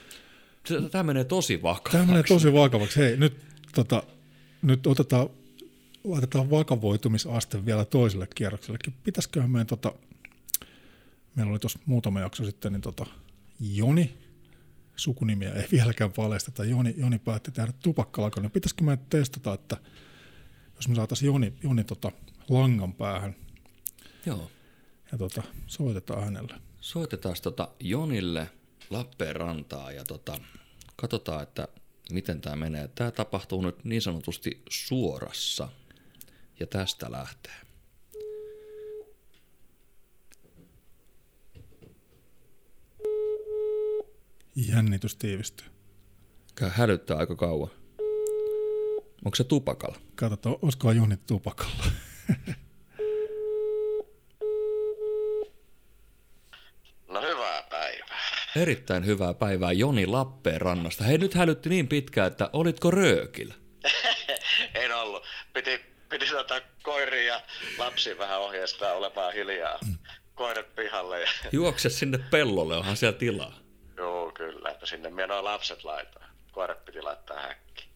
Tämä menee tosi vakavaksi. Tämä menee tosi vakavaksi. Hei, nyt, tota, nyt otetaan, laitetaan vakavoitumisaste vielä toiselle kierrokselle. Pitäisiköhän meidän, tota, meillä oli tuossa muutama jakso sitten, niin tota, Joni, sukunimiä ei vieläkään paljasteta, Joni, Joni päätti tehdä tupakkalakon. Niin pitäisikö meidän testata, että jos me saataisiin Joni, Joni tota, langan päähän. Joo. Ja tota, soitetaan hänelle. Soitetaan tota Jonille Lappeenrantaa ja tota, katsotaan, että miten tämä menee. Tämä tapahtuu nyt niin sanotusti suorassa ja tästä lähtee. Jännitys tiivistyy. Hälyttää aika kauan. Onko se tupakalla? Katsotaan, olisikohan Joni tupakalla. No hyvää päivää. Erittäin hyvää päivää Joni Lappeenrannasta. Hei, nyt hälytti niin pitkään, että olitko röökillä? En ollut. Piti, piti tota koiria ja lapsi vähän ohjeistaa olemaan hiljaa. Koirat pihalle. Ja... Juokse sinne pellolle, onhan siellä tilaa. Joo, kyllä. Että sinne minä noin lapset laitaan. Koirat piti laittaa häkkiin.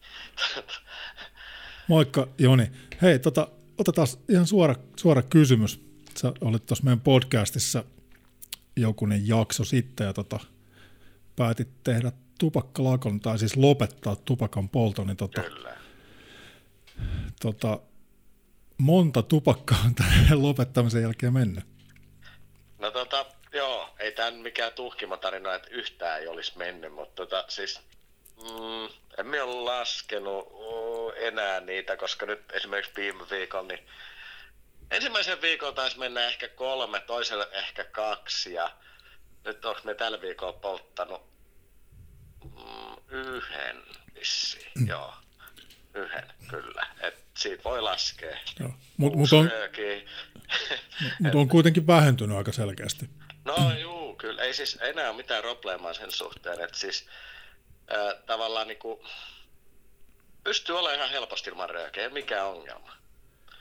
Moikka Joni. Hei, tota, otetaan ihan suora, suora kysymys. Sä olit tuossa meidän podcastissa jokunen jakso sitten ja tota, päätit tehdä tupakkalakon, tai siis lopettaa tupakan polton. Niin tota, Kyllä. Tota, monta tupakkaa on tämän lopettamisen jälkeen mennyt? No tota, joo, ei tää mikään tuhkimotarina, että yhtään ei olisi mennyt, mutta tota siis... Mm, en minä ole laskenut uh, enää niitä, koska nyt esimerkiksi viime viikolla, niin ensimmäisen viikolla taisi mennä ehkä kolme, toiselle ehkä kaksi, ja nyt onko me tällä viikolla polttanut mm, yhden vissiin, mm. joo, yhden kyllä, että siitä voi laskea. Mutta mut on, mut on kuitenkin vähentynyt aika selkeästi. No juu, kyllä, ei siis enää ole mitään probleemaa sen suhteen, että siis Äh, tavallaan niinku pystyy olemaan ihan helposti ilman röökeä, ei mikään ongelma.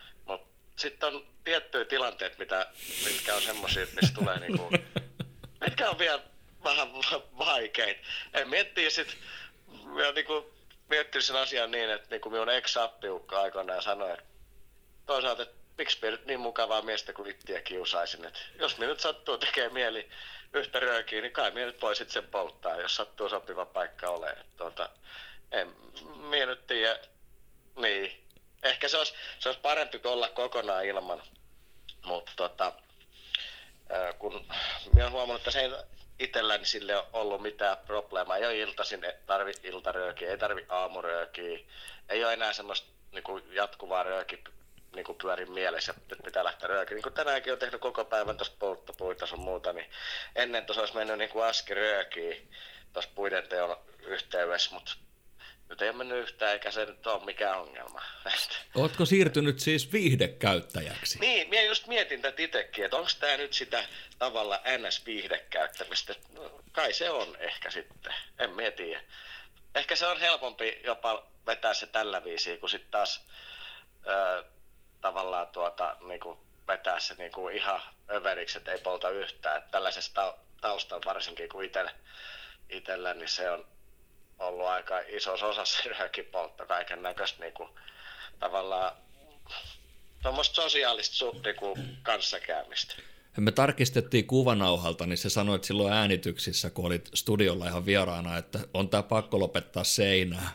Mutta sitten on tiettyjä tilanteita, mitä, mitkä on semmoisia, mistä tulee niinku, mikä on vielä vähän vaikein. En miettii sit, mä niinku miettinyt sen asian niin, että niinku minun ex-appiukka aikoinaan sanoi, että toisaalta, että miksi minä nyt niin mukavaa miestä kuin ittiä kiusaisin. Että jos minä nyt sattuu tekemään mieli yhtä röökiä, niin kai minä nyt voisit sen polttaa, jos sattuu sopiva paikka olemaan. Tuota, en minä nyt tiedä. Niin. Ehkä se olisi, se olisi parempi kuin olla kokonaan ilman. Mutta tota, kun minä olen huomannut, että se ei itselläni sille ole ollut mitään probleemaa. Ei ole iltaisin, ei tarvi iltaröökiä, ei tarvi aamuröökiä. Ei ole enää semmoista niin kuin jatkuvaa röökiä. Niin kuin pyörin mielessä, että pitää lähteä röökiin. Niin kuin tänäänkin on tehnyt koko päivän tuossa polttopuita sun muuta, niin ennen tuossa olisi mennyt niin kuin aski röökiin tuossa puiden teon yhteydessä, mutta nyt ei ole mennyt yhtään, eikä se nyt ole mikään ongelma. Ootko siirtynyt siis viihdekäyttäjäksi? Niin, minä just mietin tätä itsekin, että onko tämä nyt sitä tavalla N S-viihdekäyttämistä. No, kai se on ehkä sitten, en mietiä. Ehkä se on helpompi jopa vetää se tällä viisiin, kun sitten taas Öö, tavallaan tuota, niinku, vetää se niinku, ihan överiksi, että ei polta yhtään. Et tällaisessa taustalla varsinkin kuin itellä, itellä, niin se on ollut aika isossa osassa röökipoltto, kaiken näköistä niinku, tavallaan tuommoista sosiaalista su, niinku, kanssakäymistä. Me tarkistettiin kuvanauhalta, niin se sanoi, että silloin äänityksissä, kun olit studiolla ihan vieraana, että on tää pakko lopettaa seinää.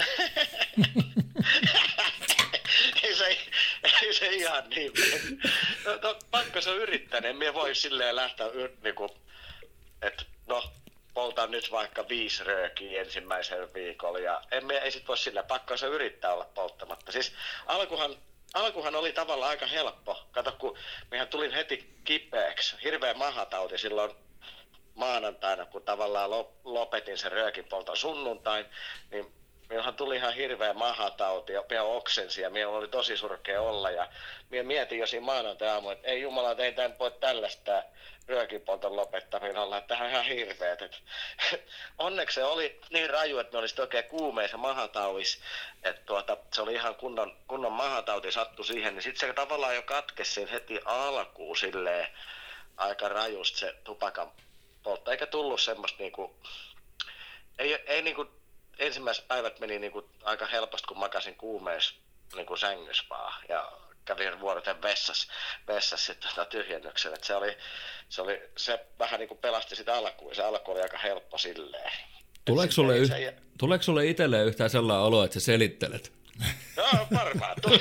Ei se, ei se ihan niin. No, no, pakko se on yrittänyt. En minä voi silleen lähteä, niinku, että no, poltan nyt vaikka viisi röökiä ensimmäisen viikolla. Ja en minä, ei sit voi silleen, pakko se yrittää olla polttamatta. Siis alkuhan, alkuhan oli tavallaan aika helppo. Kato, kun minähän tulin heti kipeäksi. Hirveä mahatauti silloin maanantaina, kun tavallaan lopetin sen röökin polton sunnuntain, niin minullahan tuli ihan hirveä mahatauti ja minä oksensin ja minulla oli tosi surkea olla ja minä mietin jo siinä maanantai-aamulla, että ei jumala, että ei tämän voi tällaista röökinpolton lopettaminen olla, että tähän ihan hirveet. Et, onneksi se oli niin raju, että me olisi oikein kuumeissa mahatauissa, että tuota, se oli ihan kunnon, kunnon mahatauti sattu siihen, niin sitten se tavallaan jo katkesi siinä heti alkuun silleen aika rajusti se tupakan poltto, eikä tullut semmoista niinku, ei, ei niinku, ensimmäiset päivät meni niinku aika helposti, kun makasin kuumeessa niinku sängyssä vaan ja kävin vuoroten vessassa, vessassa sitten tota tyhjennyksen. Et se, oli, se, oli, se vähän niinku pelasti sitä alkuun ja se alku oli aika helppo silleen. Tuleeko sulle, yh... se... Tuleeko sulle itselleen yhtään sellainen olo, että sä selittelet? Joo, varmaan tuli.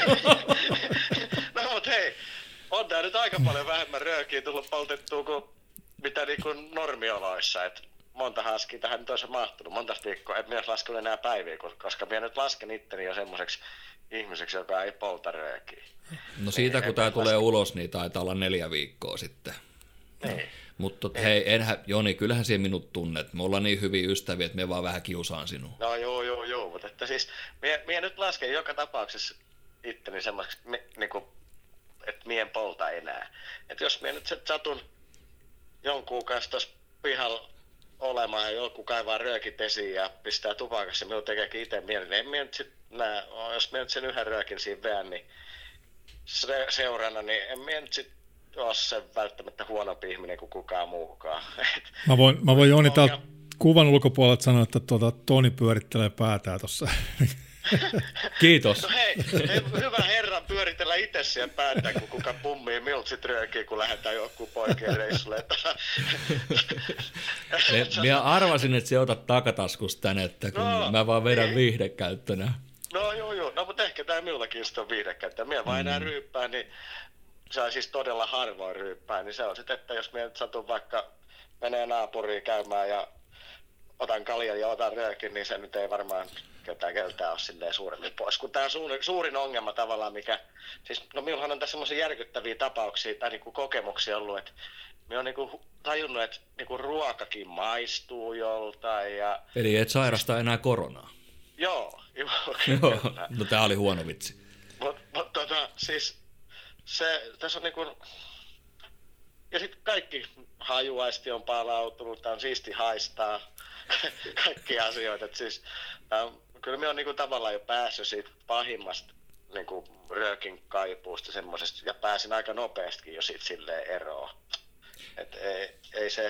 No mut hei, on tää nyt aika paljon vähemmän röökiä tullut poltettua kuin mitä niinku normioloissa. Et monta haskia tähän nyt olisi mahtunut, monta viikkoa, en minä laskenut enää päiviä, koska minä nyt lasken itteni jo semmoiseksi ihmiseksi, joka ei polta röökiä. No siitä ei, kun tämä tulee lasken. Ulos, niin taitaa olla neljä viikkoa sitten. Niin. Mutta hei, enhän, Joni, kyllähän siellä minut tunnet. Me ollaan niin hyviä ystäviä, että me vaan vähän kiusaan sinua. No joo, joo, joo, mutta että siis minä, minä nyt lasken joka tapauksessa itteni semmoiseksi, niin että minä en polta enää. Että jos minä nyt satun jonkun kanssa tuossa pihalla olemaan ja joku kaivaa röökit esiin ja pistää tupakassa ja minun tekeekin itse mieli, niin en minä nyt sit nää, jos minä nyt sen yhden röökin siinä veän, niin se, seurana, niin en minä nyt sit ole se välttämättä huonompi ihminen kuin kukaan muukaan. Mä voin, mä voin Jooni täältä kuvan ulkopuolelta sanoa, että tuota, Toni pyörittelee päätään tuossa. Kiitos. No hei, hei, hyvä herran pyöritellä itse siellä päätään, kun kuka pummii miltä sit röökiä, kun lähdetään joku poikien reissulle. Minä arvasin, että sinä otat takataskusta tänne, että kun no, mä vaan vedän niin. Viihdekäyttönä. No joo joo, no mutta ehkä tämä minullakin on viihdekäyttö. Minä vaan enää mm. ryyppää, niin se on siis todella harvoin ryyppää, niin se on sitten, että jos minä nyt satun vaikka menee naapuriin käymään ja otan kaljan ja otan röökin, niin se nyt ei varmaan ketään keltään ole silleen suuremmin pois. Kun tämä on suurin, suurin ongelma tavallaan, mikä, siis no minullahan on tässä semmoisia järkyttäviä tapauksia tai niinku kokemuksia ollut, että minä olen niinku tajunnut, että niinku ruokakin maistuu joltain. Ja eli et sairasta enää koronaa? Joo, joo. Joo. No tämä oli huono vitsi. Mutta mut, tota, siis se, tässä on niinku, ja sitten kaikki hajuaisti on palautunut, tämä on siisti haistaa, kaikki asioita. Et siis, ähm, kyllä minä olen niinku tavallaan jo päässyt siitä pahimmasta niinku röökin kaipuusta semmoisesta, ja pääsin aika nopeastikin jo siitä silleen eroon. Et ei, ei se,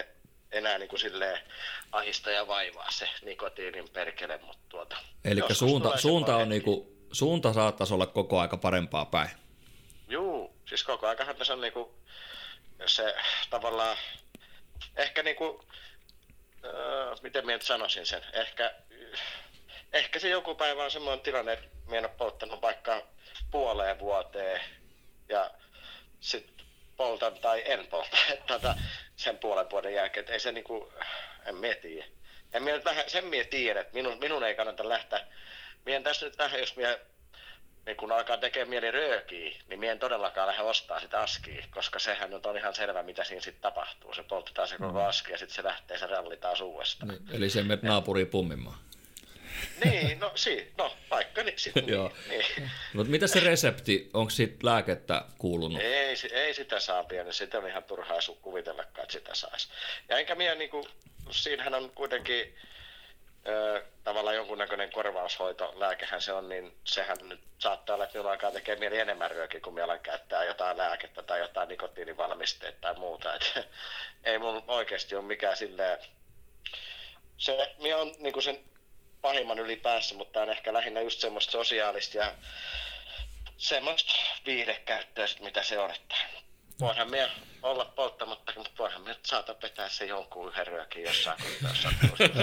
enää niin kuin silleen ahista ja vaivaa se nikotiinin perkele, mutta tuota... Eli suunta, suunta, on niinku, suunta saattaisi olla koko aika parempaa päin. Juu, siis koko aikahan tässä on niinku se tavallaan, ehkä niinku, äh, miten minä nyt sanoisin sen, ehkä, ehkä se joku päivä on semmoinen tilanne, että minä en ole polttanut vaikka puoleen vuoteen ja sitten poltan tai en polta tätä sen puolen vuoden jälkeen, että ei se niinku, en minä tiedä. En minä nyt vähän, sen minä tiedän, että minun, minun ei kannata lähteä, minä en tässä nyt vähän, jos minä niin kun alkaa tekemään mieli röökiä, niin minä en todellakaan lähde ostaa sitä askia, koska sehän nyt on ihan selvä, mitä siinä sitten tapahtuu. Se poltetaan se koko aski ja sitten se lähtee, se ralli taas uudestaan. Niin, eli se menet naapuriin pummimaan. Niin, no si, no vaikka niin sitten niin. niin. Mutta mitä se resepti, onko siitä lääkettä kuulunut? Ei, ei sitä saa pieni, sitä on ihan turhaa kuvitellakaan, että sitä saisi. Ja enkä minä niinku, siinähän on kuitenkin... Öö, tavallaan jonkunnäköinen korvaushoito, lääkehän se on, niin sehän nyt saattaa olla, että minulla alkaa tekee mieli enemmän röökiä, kun minä alan käyttää jotain lääkettä tai jotain nikotiinivalmisteita tai muuta. Et, ei mun oikeasti ole mikään silleen, se, minä on niin sen pahimman yli päässä, mutta on ehkä lähinnä just semmoista sosiaalista ja semmoista viihdekäyttöä, mitä se on, että voinhan minä olla polttamatta, mutta voinhan minä saata vetää se jonkun yhden röökin jossain kohtaa.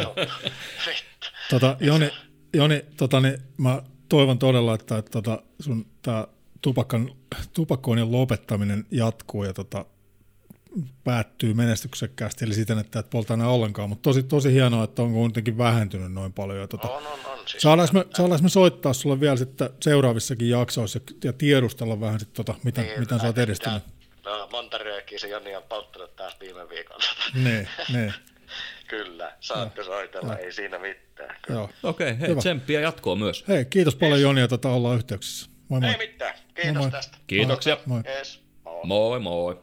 tota, Joni, Joni tota, niin, mä toivon todella, että, että tota, sun tää tupakan, tupakkoinnin lopettaminen jatkuu ja tota, päättyy menestyksekkäästi, eli siten, että et polta enää ollenkaan, mutta tosi, tosi hienoa, että on kuitenkin vähentynyt noin paljon. Ja, tota, on, on, on. Siis saadaanko me, saadaanko me soittaa sulle vielä sitten seuraavissakin jaksoissa ja tiedustella vähän, sit, tota, mitä, niin, mitä sä oot edistynyt? No, monta röökiä se Joni on polttanut taas viime viikolla. Ne, ne. Kyllä, saatte soitella, no. Ei siinä mitään. Okei, okay, hei, tsemppiä jatkoa myös. Hei, kiitos paljon Joni, ja tota, ollaan yhteyksissä. Moi moi. Ei mitään, kiitos moi, moi. tästä. Kiitoksia. Moi. Yes. Moi. Moi moi.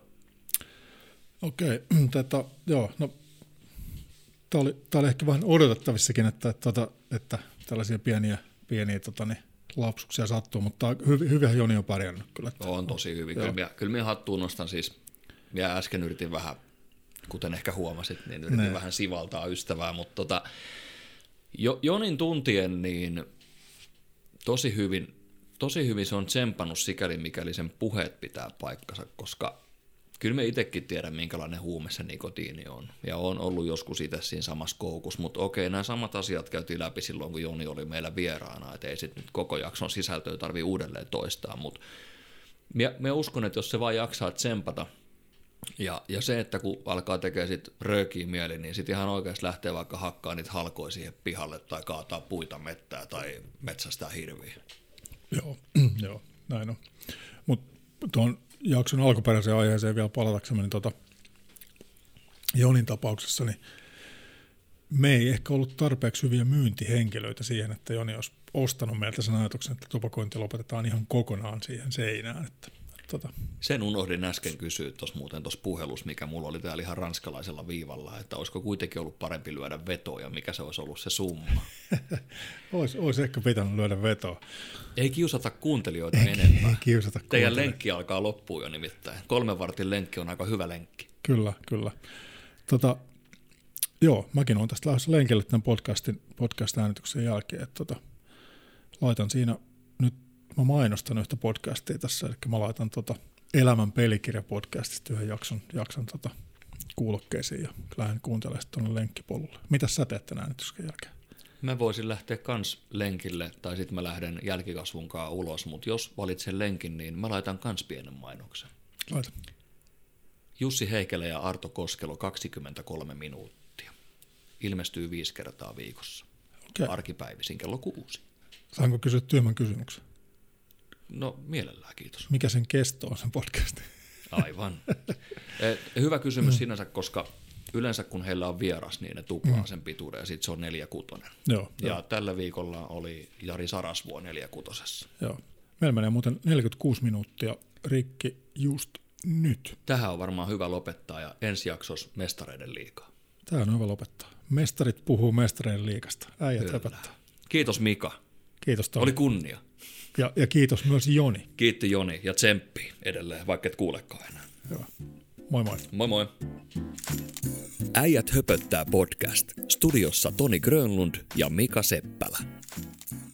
Okei, okay, tätä, joo, no, tää oli, tää oli ehkä vähän odotettavissakin, että, että, että tällaisia pieniä, pieniä tota, niin, lapsuksia sattuu, mutta hyv, hyvinhän Joni on pärjännyt kyllä. Että, on tosi hyvin. Kyllä minä, kyllä minä hattuun nostan siis, minä äsken yritin vähän, kuten ehkä huomasit, niin yritin ne. vähän sivaltaa ystävää, mutta tota, jo, Jonin tuntien niin tosi hyvin, tosi hyvin se on tsempannut sikäli, mikäli sen puheet pitää paikkansa, koska kyllä me itsekin tiedän, minkälainen huume se nikotiini on. Ja on ollut joskus itse siinä samassa koukussa, mutta okei, nämä samat asiat käytiin läpi silloin, kun Joni oli meillä vieraana, että ei sitten nyt koko jakson sisältöä tarvitse uudelleen toistaa, mutta me uskon, että jos se vaan jaksaa tsempata, ja, ja se, että kun alkaa tekemään sitten röökiä mieli, niin sitten ihan oikeasti lähtee vaikka hakkaa niitä halkoja siihen pihalle, tai kaataa puita mettää, tai metsästää hirviä. Joo, joo, näin on. Mutta tuon jakson alkuperäiseen aiheeseen vielä palataksemme, niin tota, Jonin tapauksessa niin me ei ehkä ollut tarpeeksi hyviä myyntihenkilöitä siihen, että Joni olisi ostanut meiltä sen ajatuksen, että tupakointi lopetetaan ihan kokonaan siihen seinään. Että, että, tota. Sen unohdin äsken kysyä tuossa muuten tuossa puhelussa, mikä mulla oli täällä ihan ranskalaisella viivalla, että olisiko kuitenkin ollut parempi lyödä vetoa ja mikä se olisi ollut se summa. Olisi, olisi ehkä pitänyt lyödä vetoa. Ei kiusata kuuntelijoita ei, enempää. Ei kiusata Teidän lenkki alkaa loppua jo nimittäin. Kolmen vartin lenkki on aika hyvä lenkki. Kyllä, kyllä. Tota, joo, mäkin olen tästä lähdössä lenkille tämän podcastin, podcast-äänityksen jälkeen. Että tota, laitan siinä nyt, mä mainostan yhtä podcastia tässä, eli mä laitan tota Elämän pelikirja-podcastista yhden jakson, jakson tota kuulokkeisiin ja lähden kuuntelemaan tuonne lenkkipolulle. Mitäs sä teet tämän äänityksen jälkeen? Mä voisin lähteä kans lenkille, tai sitten mä lähden jälkikasvunkaan ulos, mutta jos valitsen lenkin, niin mä laitan kans pienen mainoksen. Laita. Jussi Heikelä ja Arto Koskelo kaksikymmentäkolme minuuttia. Ilmestyy viisi kertaa viikossa. Okay. Arkipäivisin kello kuusi. Saanko kysyä tyhmän kysymyksen? No mielellään, kiitos. Mikä sen kesto on sen podcastin? Aivan. Hyvä kysymys sinänsä, koska yleensä kun heillä on vieras, niin ne tuplaa sen pituuden ja sitten se on neljäkutonen. Joo, ja jo. Tällä viikolla oli Jari Sarasvuo neljäkutosessa. Joo. Meillä menee muuten neljäkymmentäkuusi minuuttia rikki just nyt. Tähän on varmaan hyvä lopettaa ja ensi jaksossa Mestareiden liigaa. Tähän on hyvä lopettaa. Mestarit puhuu Mestareiden liigasta. Äijät höpöttää. Kiitos Mika. Kiitos Toni. Oli kunnia. Ja, ja kiitos myös Joni. Kiitti Joni ja tsemppi edelleen, vaikka et kuulekaan enää. Hyvä. Moi moi. Moi moi. Äijät höpöttää podcast. Studiossa Toni Grönlund ja Mika Seppälä.